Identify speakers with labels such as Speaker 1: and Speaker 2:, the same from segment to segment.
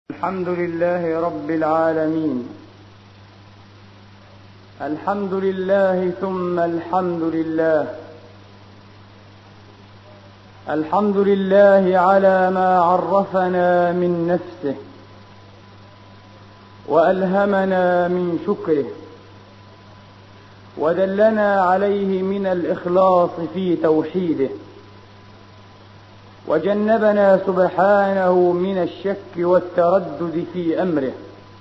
Speaker 1: الحمد لله رب العالمين. الحمد لله ثم الحمد لله. الحمد لله على ما عرفنا من نفسه وألهمنا من شكره ودلنا عليه من الإخلاص في توحيده، وجنبنا سبحانه من الشك والتردد في أمره.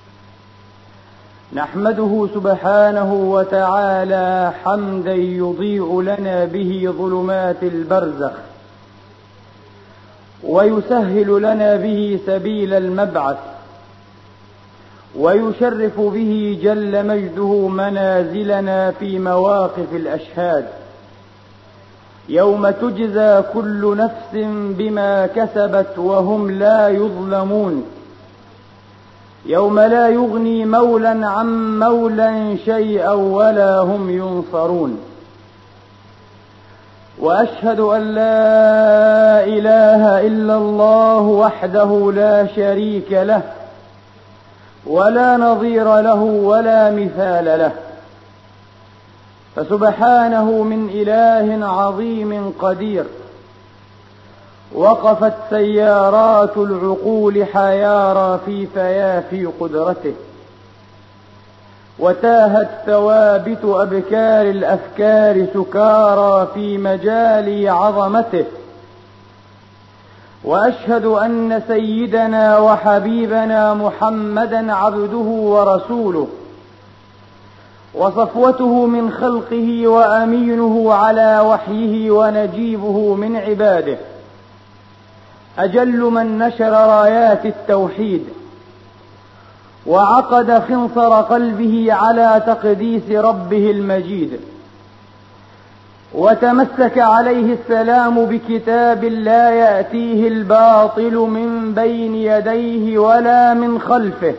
Speaker 1: نحمده سبحانه وتعالى حمدا يضيء لنا به ظلمات البرزخ، ويسهل لنا به سبيل المبعث، ويشرف به جل مجده منازلنا في مواقف الأشهاد، يوم تجزى كل نفس بما كسبت وهم لا يظلمون، يوم لا يغني مولا عن مولا شيئا ولا هم ينصرون. وأشهد أن لا إله إلا الله وحده لا شريك له ولا نظير له ولا مثال له، فسبحانه من إله عظيم قدير وقفت سيارات العقول حيارى في فيافي قدرته، وتاهت ثوابت أبكار الأفكار سكارى في مجال عظمته. وأشهد أن سيدنا وحبيبنا محمدا عبده ورسوله، وصفوته من خلقه وأمينه على وحيه ونجيبه من عباده، أجل من نشر رايات التوحيد وعقد خنصر قلبه على تقديس ربه المجيد، وتمسك عليه السلام بكتاب لا يأتيه الباطل من بين يديه ولا من خلفه،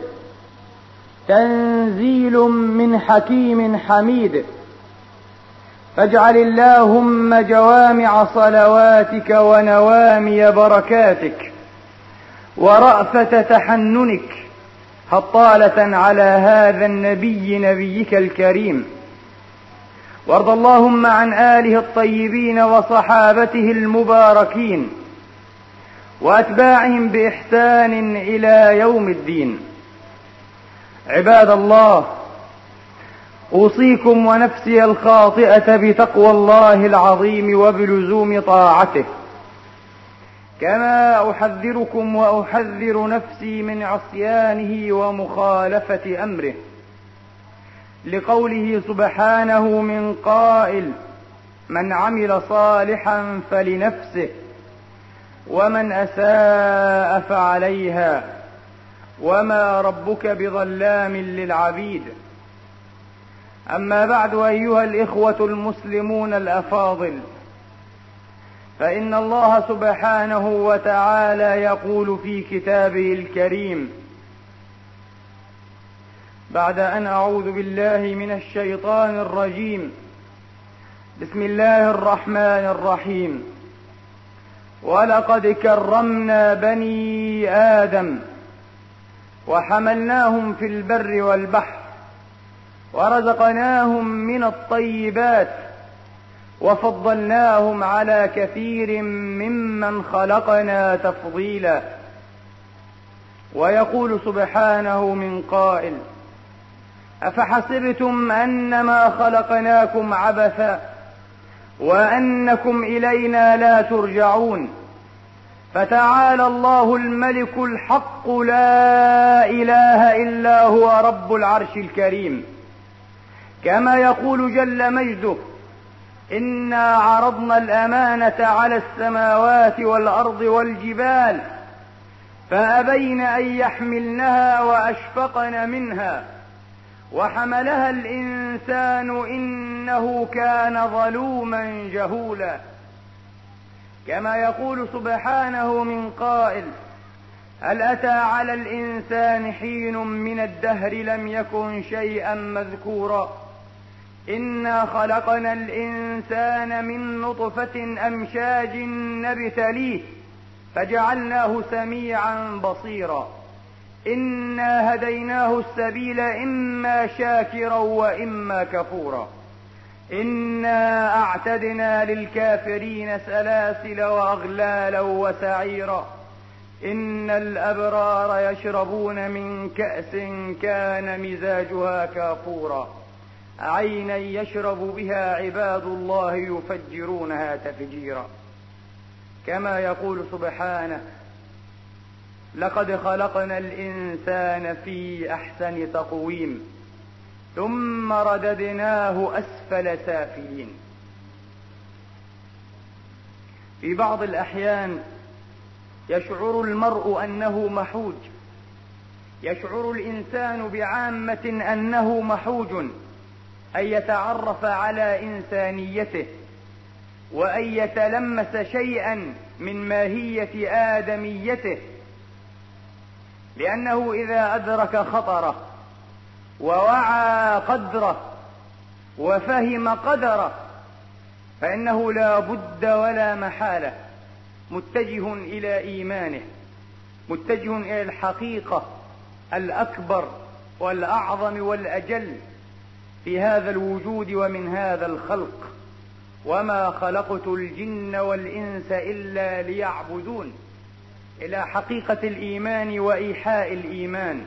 Speaker 1: تنزيل من حكيم حميد. فاجعل اللهم جوامع صلواتك ونوامي بركاتك ورأفة تحننك هطالة على هذا النبي نبيك الكريم، وارض اللهم عن آله الطيبين وصحابته المباركين وأتباعهم بإحسان إلى يوم الدين. عباد الله، أوصيكم ونفسي الخاطئة بتقوى الله العظيم وبلزوم طاعته، كما أحذركم وأحذر نفسي من عصيانه ومخالفة أمره، لقوله سبحانه من قائل: من عمل صالحا فلنفسه ومن أساء فعليها وما ربك بظلام للعبيد. أما بعد، أيها الإخوة المسلمون الأفاضل، فإن الله سبحانه وتعالى يقول في كتابه الكريم بعد أن أعوذ بالله من الشيطان الرجيم: بسم الله الرحمن الرحيم: ولقد كرمنا بني آدم وحملناهم في البر والبحر ورزقناهم من الطيبات وفضلناهم على كثير ممن خلقنا تفضيلا. ويقول سبحانه من قائل: أفحسبتم أنما خلقناكم عبثا وأنكم إلينا لا ترجعون. فتعالى الله الملك الحق لا إله إلا هو رب العرش الكريم، كما يقول جل مجده: إنا عرضنا الأمانة على السماوات والأرض والجبال فأبين أن يحملنها وأشفقن منها وحملها الإنسان إنه كان ظلوما جهولا. كما يقول سبحانه من قائل: هل أتى على الإنسان حين من الدهر لم يكن شيئا مذكورا إنا خلقنا الإنسان من نطفة أمشاج نبتليه فجعلناه سميعا بصيرا. إنا هديناه السبيل إما شاكرا وإما كفورا إنا أعتدنا للكافرين سلاسل وأغلالا وسعيرا إن الأبرار يشربون من كأس كان مزاجها كافورا عينا يشرب بها عباد الله يفجرونها تفجيرا. كما يقول سبحانه: لقد خلقنا الإنسان في أحسن تقويم ثم رددناه أسفل سافلين. في بعض الأحيان يشعر المرء أنه محوج، يشعر الإنسان بعامة أنه محوج، أن يتعرف على إنسانيته وأن يتلمس شيئا من ماهية آدميته، لأنه إذا أدرك خطره ووعى قدره وفهم قدره فإنه لا بد ولا محالة متجه إلى إيمانه، متجه إلى الحقيقة الأكبر والأعظم والأجل في هذا الوجود ومن هذا الخلق: وما خلقت الجن والإنس إلا ليعبدون، إلى حقيقة الإيمان وإيحاء الإيمان.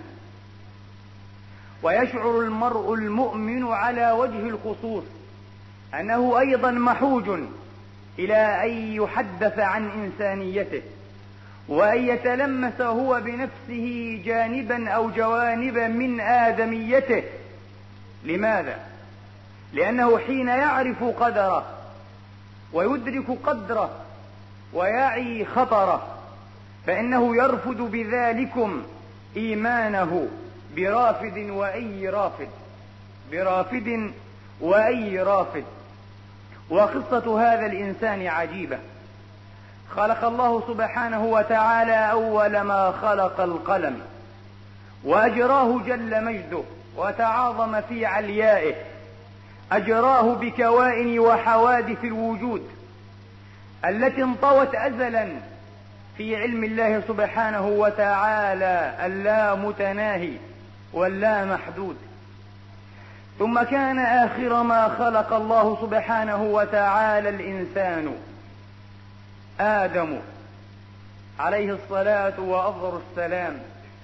Speaker 1: ويشعر المرء المؤمن على وجه الخصوص أنه أيضا محوج إلى أن يحدث عن إنسانيته وأن يتلمس هو بنفسه جانبا أو جوانبا من آدميته. لماذا؟ لأنه حين يعرف قدره ويدرك قدره ويعي خطره فإنه يرفض بذلكم إيمانه برافد وأي رافد، برافد وأي رافد. وقصة هذا الإنسان عجيبة. خلق الله سبحانه وتعالى أول ما خلق القلم وأجراه جل مجده وتعاظم في عليائه، أجراه بكوائن وحوادث الوجود التي انطوت أزلا في علم الله سبحانه وتعالى اللا متناهي واللا محدود. ثم كان آخر ما خلق الله سبحانه وتعالى الإنسان آدم عليه الصلاة وأفضل السلام.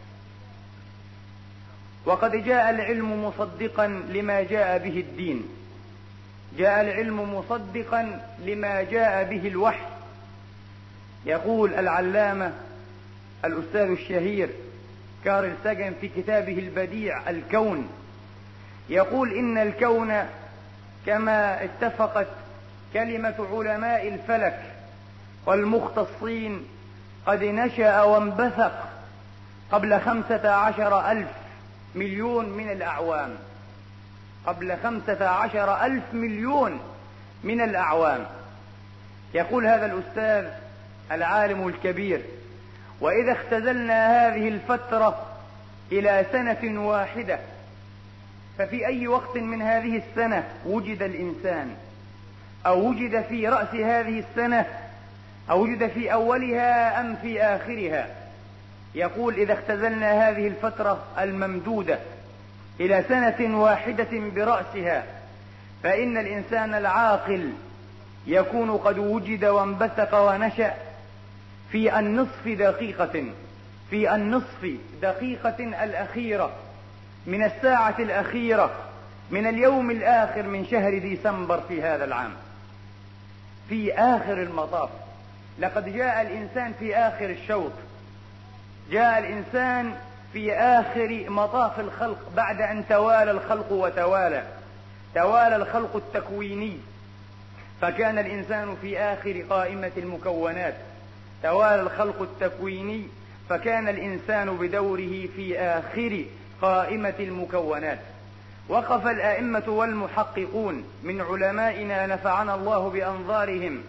Speaker 1: وقد جاء العلم مصدقا لما جاء به الدين، جاء العلم مصدقا لما جاء به الوحي. يقول العلامة الأستاذ الشهير كارل ساغن في كتابه البديع الكون، يقول إن الكون كما اتفقت كلمة علماء الفلك والمختصين قد نشأ وانبثق قبل 15,000 مليون من الأعوام، قبل 15,000 مليون من الأعوام. يقول هذا الأستاذ العالم الكبير: وإذا اختزلنا هذه الفترة إلى سنة واحدة ففي أي وقت من هذه السنة وجد الإنسان، أو وجد في رأس هذه السنة، أو وجد في أولها أم في آخرها؟ يقول: إذا اختزلنا هذه الفترة الممدودة إلى سنة واحدة برأسها فإن الإنسان العاقل يكون قد وجد وانبثق ونشأ في النصف دقيقة، في النصف دقيقة الأخيرة من الساعة الأخيرة من اليوم الآخر من شهر ديسمبر في هذا العام. في آخر المطاف لقد جاء الإنسان في آخر الشوط، جاء الإنسان في آخر مطاف الخلق بعد أن توالى الخلق توالى الخلق التكويني، فكان الإنسان في آخر قائمة المكونات. توالى الخلق التكويني فكان الإنسان بدوره في آخر قائمة المكونات. وقف الأئمة والمحققون من علمائنا نفعنا الله بأنظارهم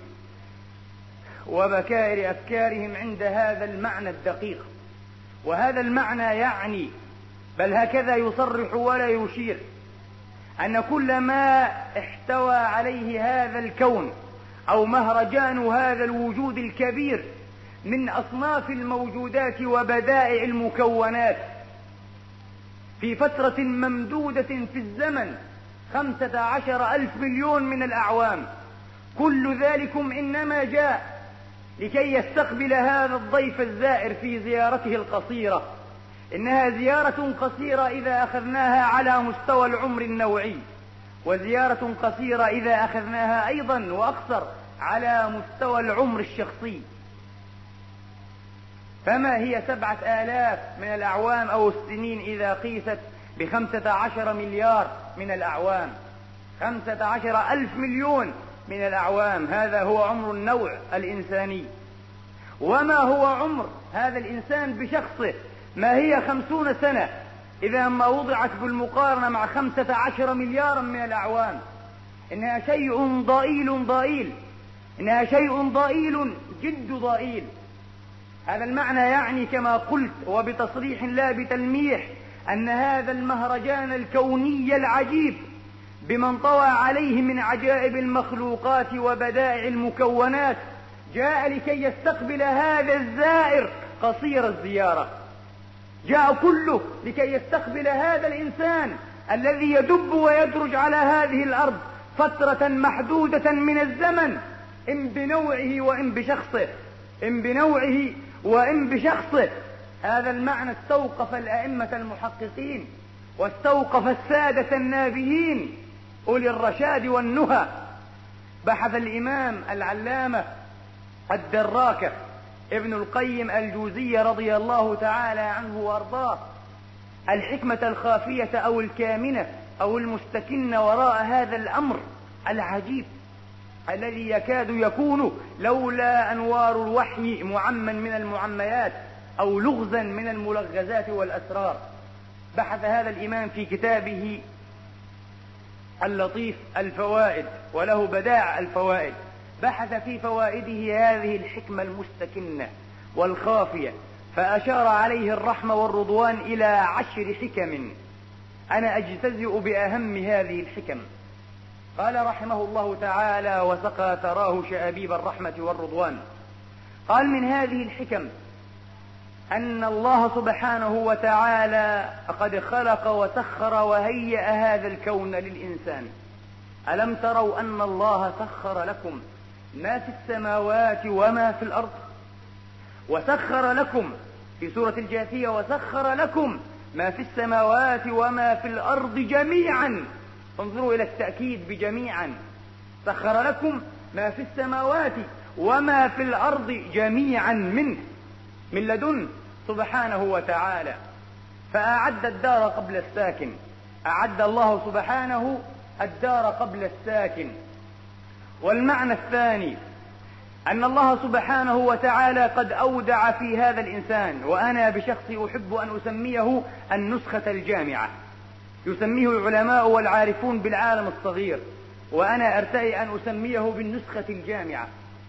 Speaker 1: وبكائر أفكارهم عند هذا المعنى الدقيق. وهذا المعنى يعني، بل هكذا يصرح ولا يشير، أن كل ما احتوى عليه هذا الكون أو مهرجان هذا الوجود الكبير من أصناف الموجودات وبدائع المكونات في فترة ممدودة في الزمن 15,000 مليون من الأعوام. كل ذلكم إنما جاء لكي يستقبل هذا الضيف الزائر في زيارته القصيرة. إنها زيارة قصيرة إذا أخذناها على مستوى العمر النوعي، وزيارة قصيرة إذا أخذناها أيضا وأقصر على مستوى العمر الشخصي. فما هي 7,000 من الأعوام أو السنين إذا قيست ب15 مليار من الأعوام؟ 15,000 مليون من الأعوام، هذا هو عمر النوع الإنساني. وما هو عمر هذا الإنسان بشخصه؟ ما هي 50 سنة إذا ما وضعت بالمقارنة مع 15 مليارا من الأعوام؟ إنها شيء ضئيل ضئيل، إنها شيء ضئيل جد ضئيل. هذا المعنى يعني كما قلت وبتصريح لا بتلميح أن هذا المهرجان الكوني العجيب بمن طوى عليه من عجائب المخلوقات وبدائع المكونات جاء لكي يستقبل هذا الزائر قصير الزيارة، جاء كله لكي يستقبل هذا الإنسان الذي يدب ويدرج على هذه الأرض فترة محدودة من الزمن، إن بنوعه وإن بشخصه، إن بنوعه وإن بشخصه. هذا المعنى استوقف الأئمة المحققين واستوقف السادة النابهين أولي الرشاد والنهى. بحث الإمام العلامة الدراكة ابن القيم الجوزي رضي الله تعالى عنه وارضاه الحكمة الخافية أو الكامنة أو المستكنة وراء هذا الأمر العجيب الذي يكاد يكون لولا أنوار الوحي معمًا من المعميات أو لغزا من الملغزات والأسرار. بحث هذا الإمام في كتابه اللطيف الفوائد، وله بدائع الفوائد، بحث في فوائده هذه الحكمة المستكنة والخافية، فأشار عليه الرحمة والرضوان إلى 10 حكم أنا أجتزئ بأهم هذه الحكم. قال رحمه الله تعالى وسقى ثراه شأبيب الرحمة والرضوان، قال: من هذه الحكم أن الله سبحانه وتعالى قد خلق وسخر وهيأ هذا الكون للإنسان. ألم تروا أن الله سخر لكم ما في السماوات وما في الأرض؟ وسخر لكم في سورة الجاثية: وسخر لكم ما في السماوات وما في الأرض جميعا. انظروا إلى التأكيد بجميعا. سخر لكم ما في السماوات وما في الأرض جميعا من لدن سبحانه وتعالى. فأعد الدار قبل الساكن، أعد الله سبحانه الدار قبل الساكن. والمعنى الثاني أن الله سبحانه وتعالى قد أودع في هذا الإنسان، وأنا بشخصي أحب أن أسميه النسخة الجامعة، يسميه العلماء والعارفون بالعالم الصغير، وأنا أرتئي أن أسميه بالنسخة الجامعة.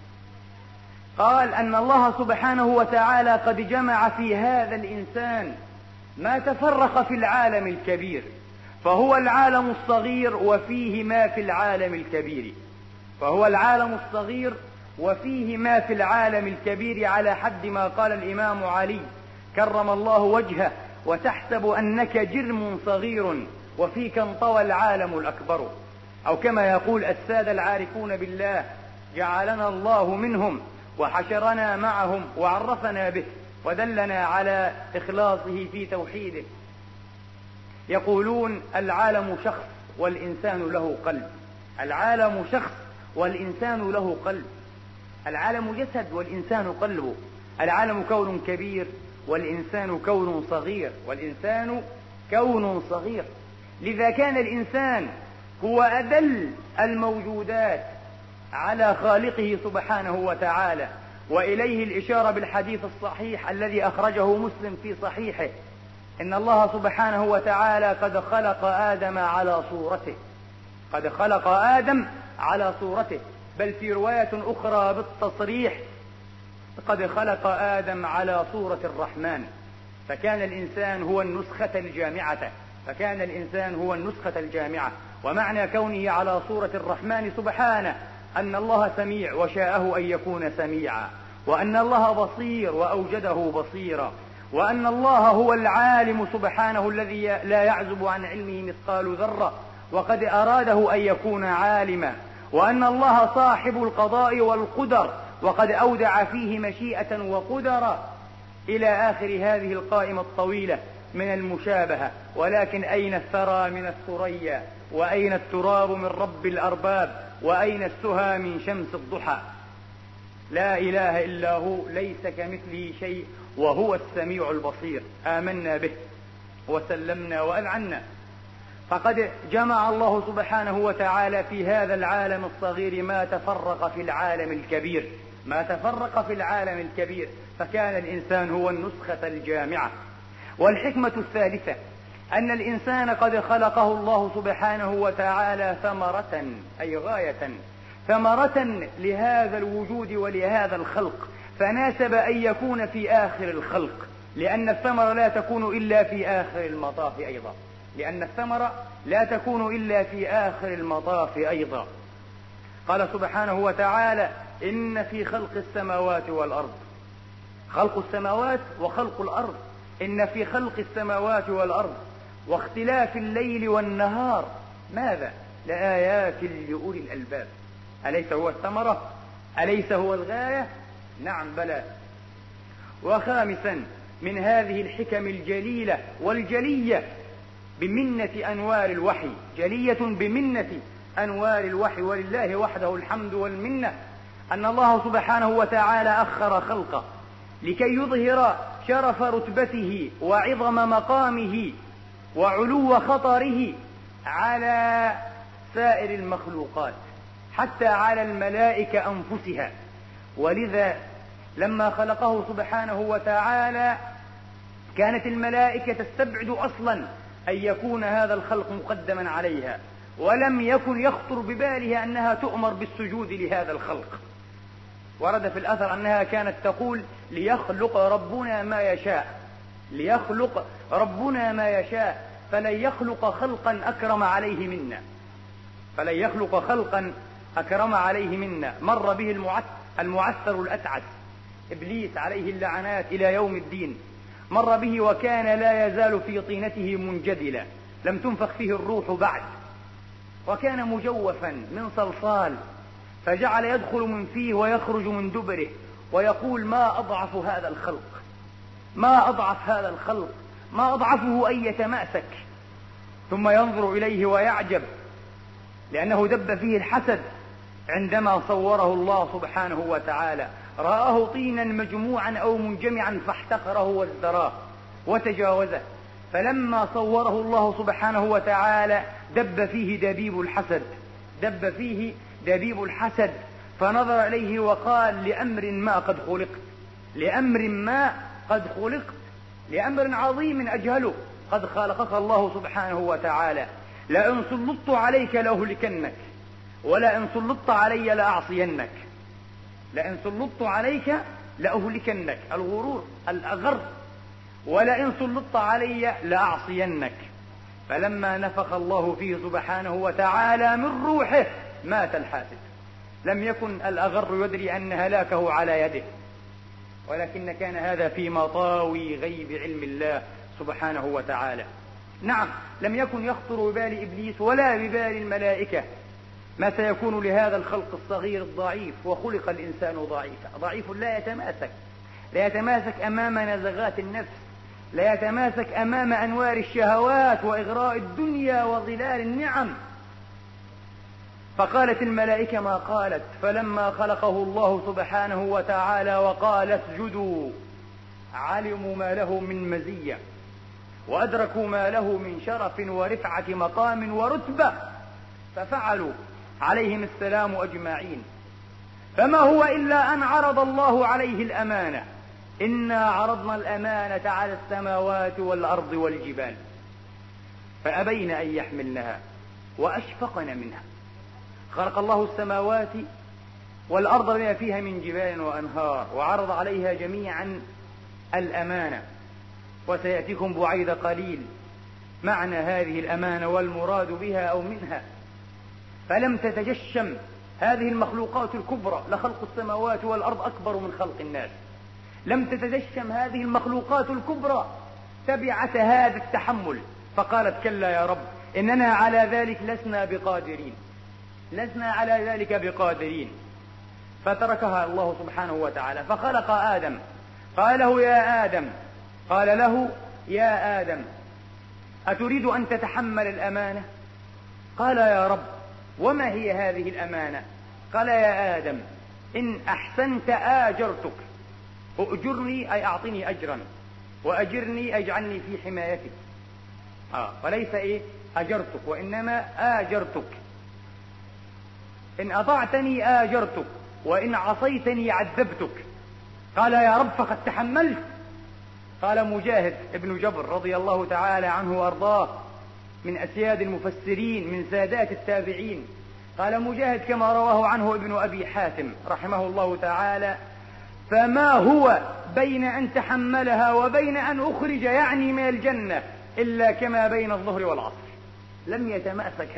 Speaker 1: قال أن الله سبحانه وتعالى قد جمع في هذا الإنسان ما تفرق في العالم الكبير، فهو العالم الصغير وفيه ما في العالم الكبير، فهو العالم الصغير وفيه ما في العالم الكبير، على حد ما قال الإمام علي كرم الله وجهه: وتحسب أنك جرم صغير وفيك انطوى العالم الأكبر. أو كما يقول السادة العارفون بالله جعلنا الله منهم وحشرنا معهم وعرفنا به ودلنا على إخلاصه في توحيده. يقولون: العالم شخص والإنسان له قلب. العالم شخص والإنسان له قلب. العالم جسد والإنسان قلبه. العالم كون كبير والإنسان كون صغير، والإنسان كون صغير. لذا كان الإنسان هو أدل الموجودات على خالقه سبحانه وتعالى، وإليه الإشارة بالحديث الصحيح الذي أخرجه مسلم في صحيحه: إن الله سبحانه وتعالى قد خلق آدم على صورته، قد خلق آدم على صورته، بل في رواية أخرى بالتصريح: قد خلق آدم على صورة الرحمن. فكان الإنسان هو النسخة الجامعة، فكان الإنسان هو النسخة الجامعة. ومعنى كونه على صورة الرحمن سبحانه أن الله سميع وشاءه أن يكون سميعا، وأن الله بصير وأوجده بصيرا، وأن الله هو العالم سبحانه الذي لا يعزب عن علمه مثقال ذرة وقد أراده أن يكون عالما، وأن الله صاحب القضاء والقدر وقد أودع فيه مشيئة وقدرا، إلى آخر هذه القائمة الطويلة من المشابهة. ولكن أين الثرى من الثريا، وأين التراب من رب الأرباب، وأين السهى من شمس الضحى؟ لا إله إلا هو، ليس كمثله شيء، وهو السميع البصير. آمنا به وسلمنا وأذعنا. فقد جمع الله سبحانه وتعالى في هذا العالم الصغير ما تفرق في العالم الكبير، ما تفرق في العالم الكبير، فكان الإنسان هو النسخة الجامعة. والحكمة الثالثة أن الإنسان قد خلقه الله سبحانه وتعالى ثمرة، أي غاية، ثمرة لهذا الوجود ولهذا الخلق، فناسب أن يكون في آخر الخلق، لأن الثمرة لا تكون إلا في آخر المطاف أيضا، لأن الثمرة لا تكون إلا في آخر المطاف أيضا. قال سبحانه وتعالى: إن في خلق السماوات والأرض، خلق السماوات وخلق الأرض، إن في خلق السماوات والأرض واختلاف الليل والنهار ماذا؟ لآيات لأولي الألباب. أليس هو الثمرة؟ أليس هو الغاية؟ نعم بلى. وخامسا من هذه الحكم الجليلة والجلية بمنة أنوار الوحي، جلية بمنة أنوار الوحي، ولله وحده الحمد والمنة، أن الله سبحانه وتعالى أخر خلقه لكي يظهر شرف رتبته وعظم مقامه وعلو خطره على سائر المخلوقات، حتى على الملائكة أنفسها. ولذا لما خلقه سبحانه وتعالى كانت الملائكة تستبعد أصلا أن يكون هذا الخلق مقدما عليها، ولم يكن يخطر ببالها أنها تؤمر بالسجود لهذا الخلق. ورد في الأثر أنها كانت تقول: ليخلق ربنا ما يشاء، ليخلق ربنا ما يشاء، فلن يخلق خلقا أكرم عليه منا، فلن يخلق خلقا أكرم عليه منا. مر به المعثر الأتعس إبليس عليه اللعنات إلى يوم الدين، مر به وكان لا يزال في طينته منجدلا، لم تنفخ فيه الروح بعد، وكان مجوفا من صلصال، فجعل يدخل من فيه ويخرج من دبره ويقول: ما أضعف هذا الخلق، ما أضعف هذا الخلق، ما أضعفه أن يتماسك. ثم ينظر إليه ويعجب، لأنه دب فيه الحسد عندما صوره الله سبحانه وتعالى، رآه طينا مجموعا أو منجمعا فاحتقره وازدراه وتجاوزه. فلما صوره الله سبحانه وتعالى دب فيه دبيب الحسد، دب فيه دبيب الحسد، فنظر إليه وقال: لأمر ما قد خلقت، لأمر ما قد خلقت، لأمر عظيم أجهله قد خلقك الله سبحانه وتعالى، لئن سلطت عليك لأهلكنك، ولئن سلطت علي لأعصينك، لئن سلطت عليك لأهلكنك، الغرور الأغر، ولئن سلطت علي لأعصينك. فلما نفخ الله فيه سبحانه وتعالى من روحه مات الحاسد. لم يكن الأغر يدري أن هلاكه على يده، ولكن كان هذا في مطاوي غيب علم الله سبحانه وتعالى. نعم، لم يكن يخطر ببال إبليس ولا ببال الملائكة ما سيكون لهذا الخلق الصغير الضعيف، وخلق الإنسان ضعيفا، ضعيف لا يتماسك، لا يتماسك أمام نزغات النفس، لا يتماسك أمام أنوار الشهوات وإغراء الدنيا وظلال النعم. فقالت الملائكة ما قالت، فلما خلقه الله سبحانه وتعالى وقال: اسجدوا، علموا ما له من مزية، وأدركوا ما له من شرف ورفعة مقام ورتبة، ففعلوا عليهم السلام أجمعين. فما هو إلا أن عرض الله عليه الأمانة: إنا عرضنا الأمانة على السماوات والأرض والجبال فأبين أن يحملنها وأشفقن منها. خلق الله السماوات والأرض بما فيها من جبال وأنهار، وعرض عليها جميعا الأمانة. وسيأتيكم بعيد قليل معنى هذه الأمانة والمراد بها أو منها. فلم تتجشم هذه المخلوقات الكبرى لخلق السماوات والأرض أكبر من خلق الناس. لم تتجشم هذه المخلوقات الكبرى تبعة هذا التحمل، فقالت كلا يا رب إننا على ذلك لسنا على ذلك بقادرين. فتركها الله سبحانه وتعالى، فخلق آدم. قال له يا آدم أتريد أن تتحمل الأمانة؟ قال يا رب وما هي هذه الأمانة؟ قال يا آدم إن أحسنت آجرتك. أؤجرني أي أعطني أجرا، وأجرني أجعلني في حمايتك. وليس أجرتك وإنما آجرتك. إن أطعتني آجرتك وإن عصيتني عذبتك. قال يا رب فقد تحملت. قال مجاهد ابن جبر رضي الله تعالى عنه وأرضاه من أسياد المفسرين من سادات التابعين، قال مجاهد كما رواه عنه ابن أبي حاتم رحمه الله تعالى: فما هو بين أن تحملها وبين أن أخرج يعني من الجنة إلا كما بين الظهر والعصر. لم يتماسك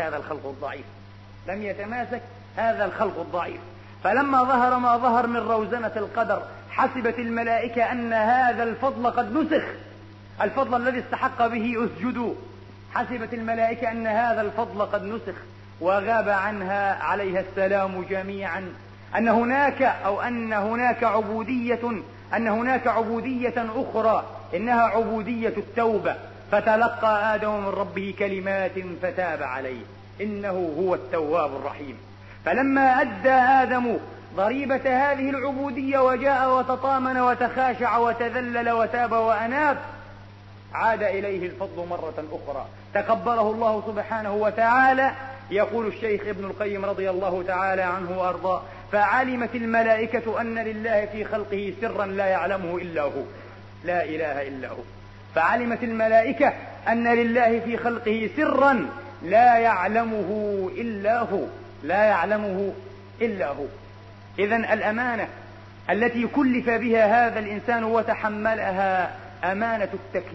Speaker 1: هذا الخلق الضعيف. فلما ظهر ما ظهر من روزنة القدر حسبت الملائكة أن هذا الفضل قد نسخ، الفضل الذي استحق به اسجدوا. حسبت الملائكة أن هذا الفضل قد نسخ وغاب عنها عليها السلام جميعا، أن هناك عبودية أخرى، إنها عبودية التوبة. فتلقى آدم من ربه كلمات فتاب عليه إنه هو التواب الرحيم. فلما أدى آدم ضريبة هذه العبودية وجاء وتطامن وتخاشع وتذلل وتاب وأناب، عاد إليه الفضل مرة أخرى تقبله الله سبحانه وتعالى. يقول الشيخ ابن القيم رضي الله تعالى عنه وأرضاه: فعلمت الملائكة أن لله في خلقه سرا لا يعلمه إلا هو، لا إله إلا هو. فعلمت الملائكة أن لله في خلقه سرا لا يعلمه إلا هو. إذن الأمانة التي كلف بها هذا الإنسان وتحملها أمانة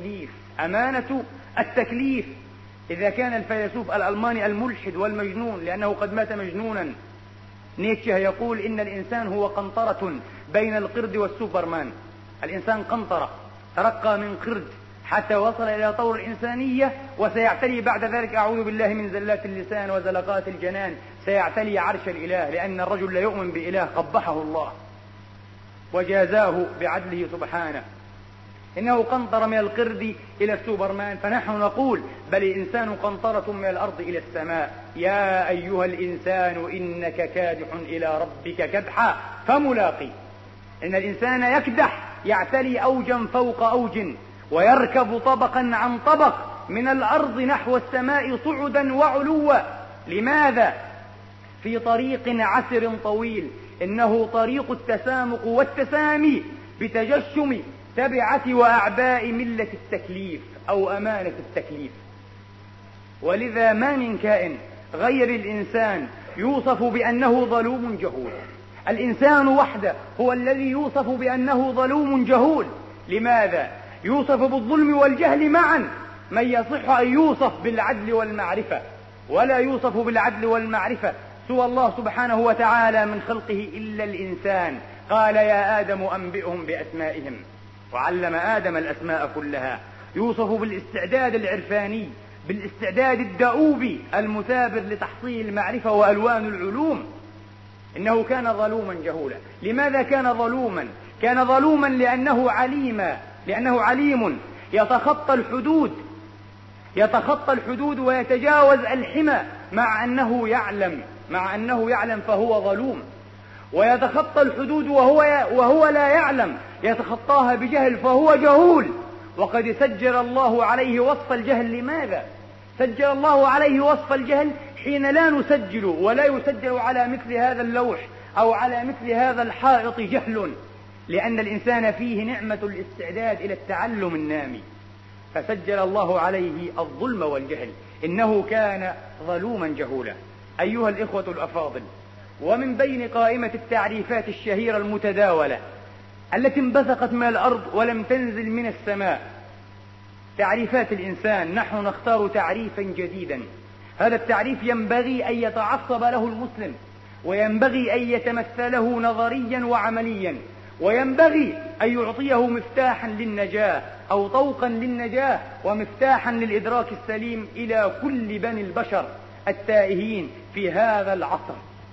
Speaker 1: التكليف. إذا كان الفيلسوف الألماني الملحد والمجنون، لأنه قد مات مجنونا، نيتشه يقول إن الإنسان هو قنطرة بين القرد والسوبرمان. الإنسان قنطرة ترقى من قرد حتى وصل إلى طور الإنسانية، وسيعتلي بعد ذلك، أعوذ بالله من زلات اللسان وزلقات الجنان، سيعتلي عرش الإله، لأن الرجل لا يؤمن بإله قبحه الله وجازاه بعدله سبحانه. إنه قنطرة من القرد إلى السوبرمان، فنحن نقول بل الإنسان قنطرة من الأرض إلى السماء. يا أيها الإنسان إنك كادح إلى ربك كدحا فملاقي. إن الإنسان يكدح، يعتلي أوجا فوق أوج، ويركب طبقا عن طبق من الأرض نحو السماء صعدا وعلوا. لماذا؟ في طريق عسر طويل، إنه طريق التسامق والتسامي بتجشم تبعة وأعباء ملة التكليف أو أمانة التكليف. ولذا ما من كائن غير الإنسان يوصف بأنه ظلوم جهول. الإنسان وحده هو الذي يوصف بأنه ظلوم جهول. لماذا؟ يوصف بالظلم والجهل معا. من يصح أن يوصف بالعدل والمعرفة، ولا يوصف بالعدل والمعرفة سوى الله سبحانه وتعالى من خلقه إلا الإنسان. قال يا آدم أنبئهم بأسمائهم، وعلم آدم الأسماء كلها. يوصف بالاستعداد العرفاني، بالاستعداد الدؤوبي المثابر لتحصيل المعرفة وألوان العلوم. إنه كان ظلوما جهولا. لماذا كان ظلوما؟ كان ظلوما لأنه عليم يتخطى الحدود ويتجاوز الحمى، مع أنه يعلم فهو ظلوم. ويتخطى الحدود وهو لا يعلم، يتخطاها بجهل فهو جهول. وقد سجل الله عليه وصف الجهل. لماذا؟ سجل الله عليه وصف الجهل حين لا نسجل ولا يسجل على مثل هذا اللوح أو على مثل هذا الحائط جهل، لأن الإنسان فيه نعمة الاستعداد إلى التعلم النامي. فسجل الله عليه الظلم والجهل، إنه كان ظلوما جهولا. أيها الإخوة الأفاضل، ومن بين قائمة التعريفات الشهيرة المتداولة التي انبثقت من الأرض ولم تنزل من السماء تعريفات الإنسان، نحن نختار تعريفا جديدا. هذا التعريف ينبغي أن يتعصب له المسلم وينبغي أن يتمثله نظريا وعمليا، وينبغي أن يعطيه مفتاحا للنجاة أو طوقا للنجاة ومفتاحا للإدراك السليم إلى كل بني البشر التائهين في هذا العصر.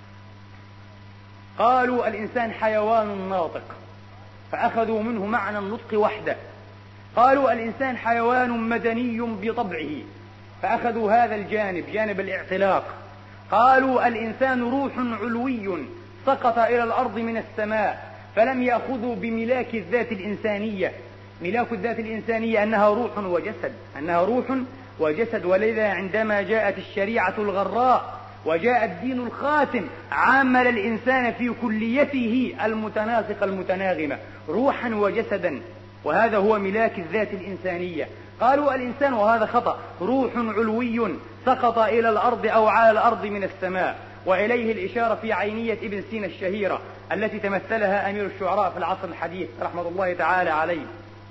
Speaker 1: قالوا الإنسان حيوان ناطق، فأخذوا منه معنى النطق وحده. قالوا الإنسان حيوان مدني بطبعه، فأخذوا هذا الجانب، جانب الاعتلاق. قالوا الإنسان روح علوي سقط إلى الأرض من السماء، فلم يأخذوا بملاك الذات الإنسانية. ملاك الذات الإنسانية أنها روح وجسد، أنها روح وجسد. ولذا عندما جاءت الشريعة الغراء وجاء الدين الخاتم عامل الإنسان في كليته المتناسقة المتناغمة روحا وجسدا، وهذا هو ملاك الذات الإنسانية. قالوا الإنسان، وهذا خطأ، روح علوي سقط إلى الأرض أو على الأرض من السماء، وإليه الإشارة في عينية ابن سينا الشهيرة التي تمثلها أمير الشعراء في العصر الحديث رحمة الله تعالى عليه.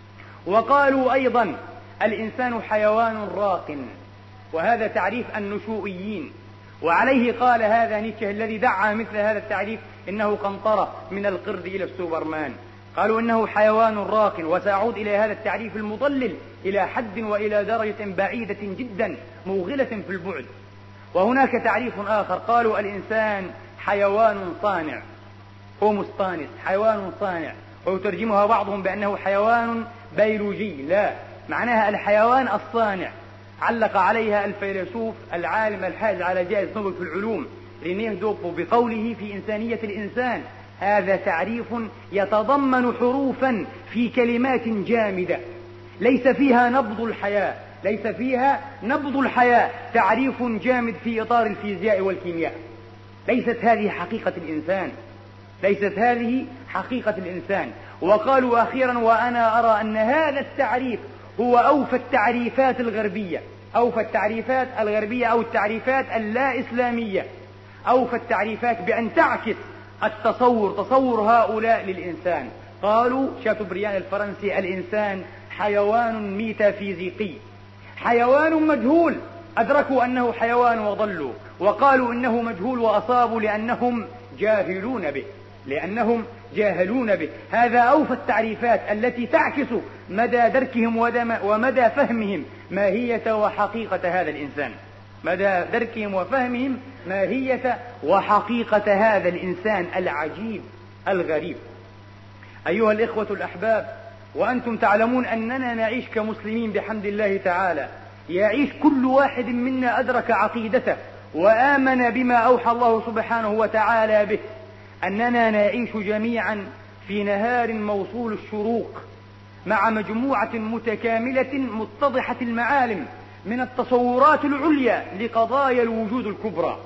Speaker 1: وقالوا أيضا الإنسان حيوان راق، وهذا تعريف النشوئيين، وعليه قال هذا نيتشه الذي دعا مثل هذا التعريف إنه قنطرة من القرد إلى السوبرمان. قالوا إنه حيوان راق، وسأعود إلى هذا التعريف المضلل إلى حد وإلى درجة بعيدة جدا موغلة في البعد. وهناك تعريف آخر، قالوا الإنسان حيوان صانع، هوموستانس، حيوان صانع، ويترجمها بعضهم بأنه حيوان بيولوجي. لا، معناها الحيوان الصانع. علق عليها الفيلسوف العالم الحائز على جائزة نوبل في العلوم رينيه دوبو بقوله في إنسانية الإنسان: هذا تعريف يتضمن حروفا في كلمات جامدة ليس فيها نبض الحياة، ليس فيها نبض الحياة، تعريف جامد في إطار الفيزياء والكيمياء. ليست هذه حقيقة الإنسان، ليست هذه حقيقة الإنسان. وقالوا أخيرا، وأنا أرى أن هذا التعريف هو أوفى التعريفات الغربية، أوفى التعريفات الغربية أو التعريفات اللا إسلامية، أوفى التعريفات بأن تعكس تصور هؤلاء للإنسان. قالوا شاتوبريان الفرنسي: الإنسان حيوان ميتافيزيقي، حيوان مجهول، أدركوا أنه حيوان وضلوا، وقالوا إنه مجهول وأصابوا لأنهم جاهلون به، لأنهم جاهلون به. هذا أوفى التعريفات التي تعكس مدى دركهم ومدى فهمهم ماهية وحقيقة هذا الإنسان، مدى دركهم وفهمهم ماهية وحقيقة هذا الإنسان العجيب الغريب. أيها الإخوة الأحباب، وأنتم تعلمون أننا نعيش كمسلمين بحمد الله تعالى، يعيش كل واحد منا أدرك عقيدته وآمن بما أوحى الله سبحانه وتعالى به، أننا نعيش جميعا في نهار موصول الشروق مع مجموعة متكاملة متضحة المعالم من التصورات العليا لقضايا الوجود الكبرى،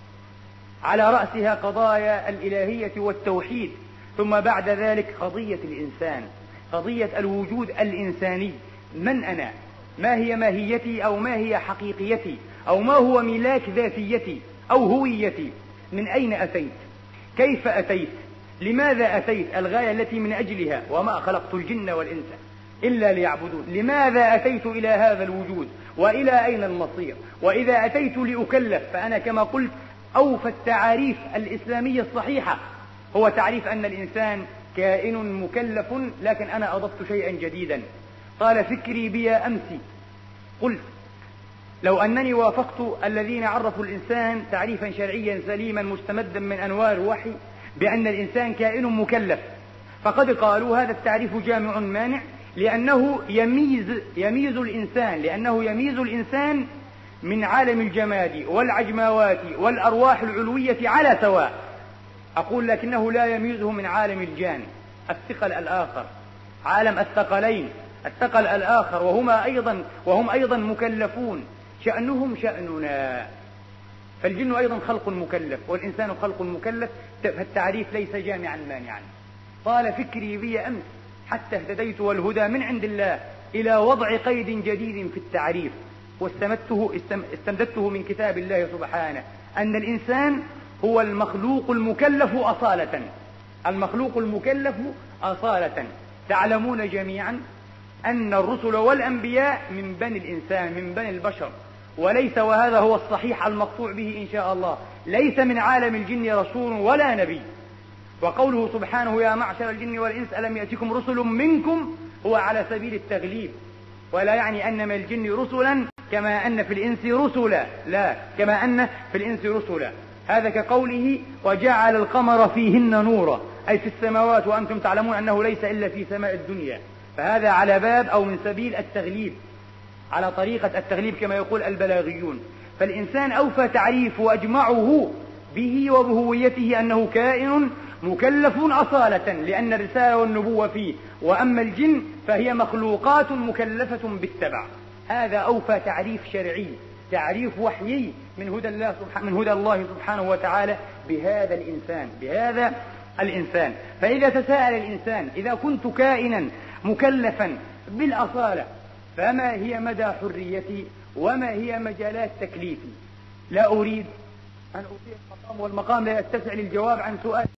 Speaker 1: على رأسها قضايا الإلهية والتوحيد، ثم بعد ذلك قضية الإنسان، قضية الوجود الإنساني. من أنا؟ ما هي ماهيتي أو ما هي حقيقيتي أو ما هو ملاك ذاتيتي أو هويتي؟ من أين أتيت؟ كيف أتيت؟ لماذا أتيت؟ الغاية التي من أجلها وما خلقت الجن والإنس إلا ليعبدون. لماذا أتيت إلى هذا الوجود وإلى أين المصير؟ وإذا أتيت لأكلف فأنا كما قلت أوفى التعاريف الإسلامية الصحيحة هو تعريف أن الإنسان كائن مكلف، لكن أنا أضفت شيئا جديدا. قال فكري بي أمسي، قلت لو أنني وافقت الذين عرفوا الإنسان تعريفا شرعيا سليما مستمدا من أنوار الوحي بأن الإنسان كائن مكلف، فقد قالوا هذا التعريف جامع مانع، لأنه يميز الإنسان من عالم الجماد والعجماوات والأرواح العلوية على سواء. أقول لكنه لا يميزه من عالم الجان، الثقل الآخر، عالم الثقلين، الثقل الآخر، وهم أيضا مكلفون، شأنهم شأننا. فالجن أيضا خلق مكلف والإنسان خلق مكلف، فالتعريف ليس جامعا مانعا. قال فكري بي أمس حتى اهتديت، والهدى من عند الله، إلى وضع قيد جديد في التعريف، واستمددته من كتاب الله سبحانه، أن الإنسان هو المخلوق المكلف أصالة، المخلوق المكلف أصالة. تعلمون جميعا أن الرسل والأنبياء من بني الإنسان، من بني البشر، وليس، وهذا هو الصحيح المقطوع به إن شاء الله، ليس من عالم الجن رسول ولا نبي. وقوله سبحانه يا معشر الجن والإنس ألم يأتكم رسل منكم هو على سبيل التغليب، ولا يعني أن من الجن رسلا كما أن في الإنس رسلا، لا، كما أن في الإنس رسلا. هذا كقوله وجعل القمر فيهن نورا، أي في السماوات، وأنتم تعلمون أنه ليس إلا في سماء الدنيا. فهذا على باب أو من سبيل التغليب، على طريقة التغليب كما يقول البلاغيون. فالإنسان أوفى تعريف وأجمعه به وبهويته أنه كائن مكلف أصالة، لأن الرسالة والنبوة فيه. وأما الجن فهي مخلوقات مكلفة بالتبع. هذا أوفى تعريف شرعي، تعريف وحيي من هدى الله سبحانه وتعالى بهذا الإنسان. فإذا تساءل الإنسان إذا كنت كائنا مكلفا بالأصالة فما هي مدى حريتي وما هي مجالات تكليفي؟ لا أريد أن أطيل المقام، والمقام لا يتسع للجواب عن سؤال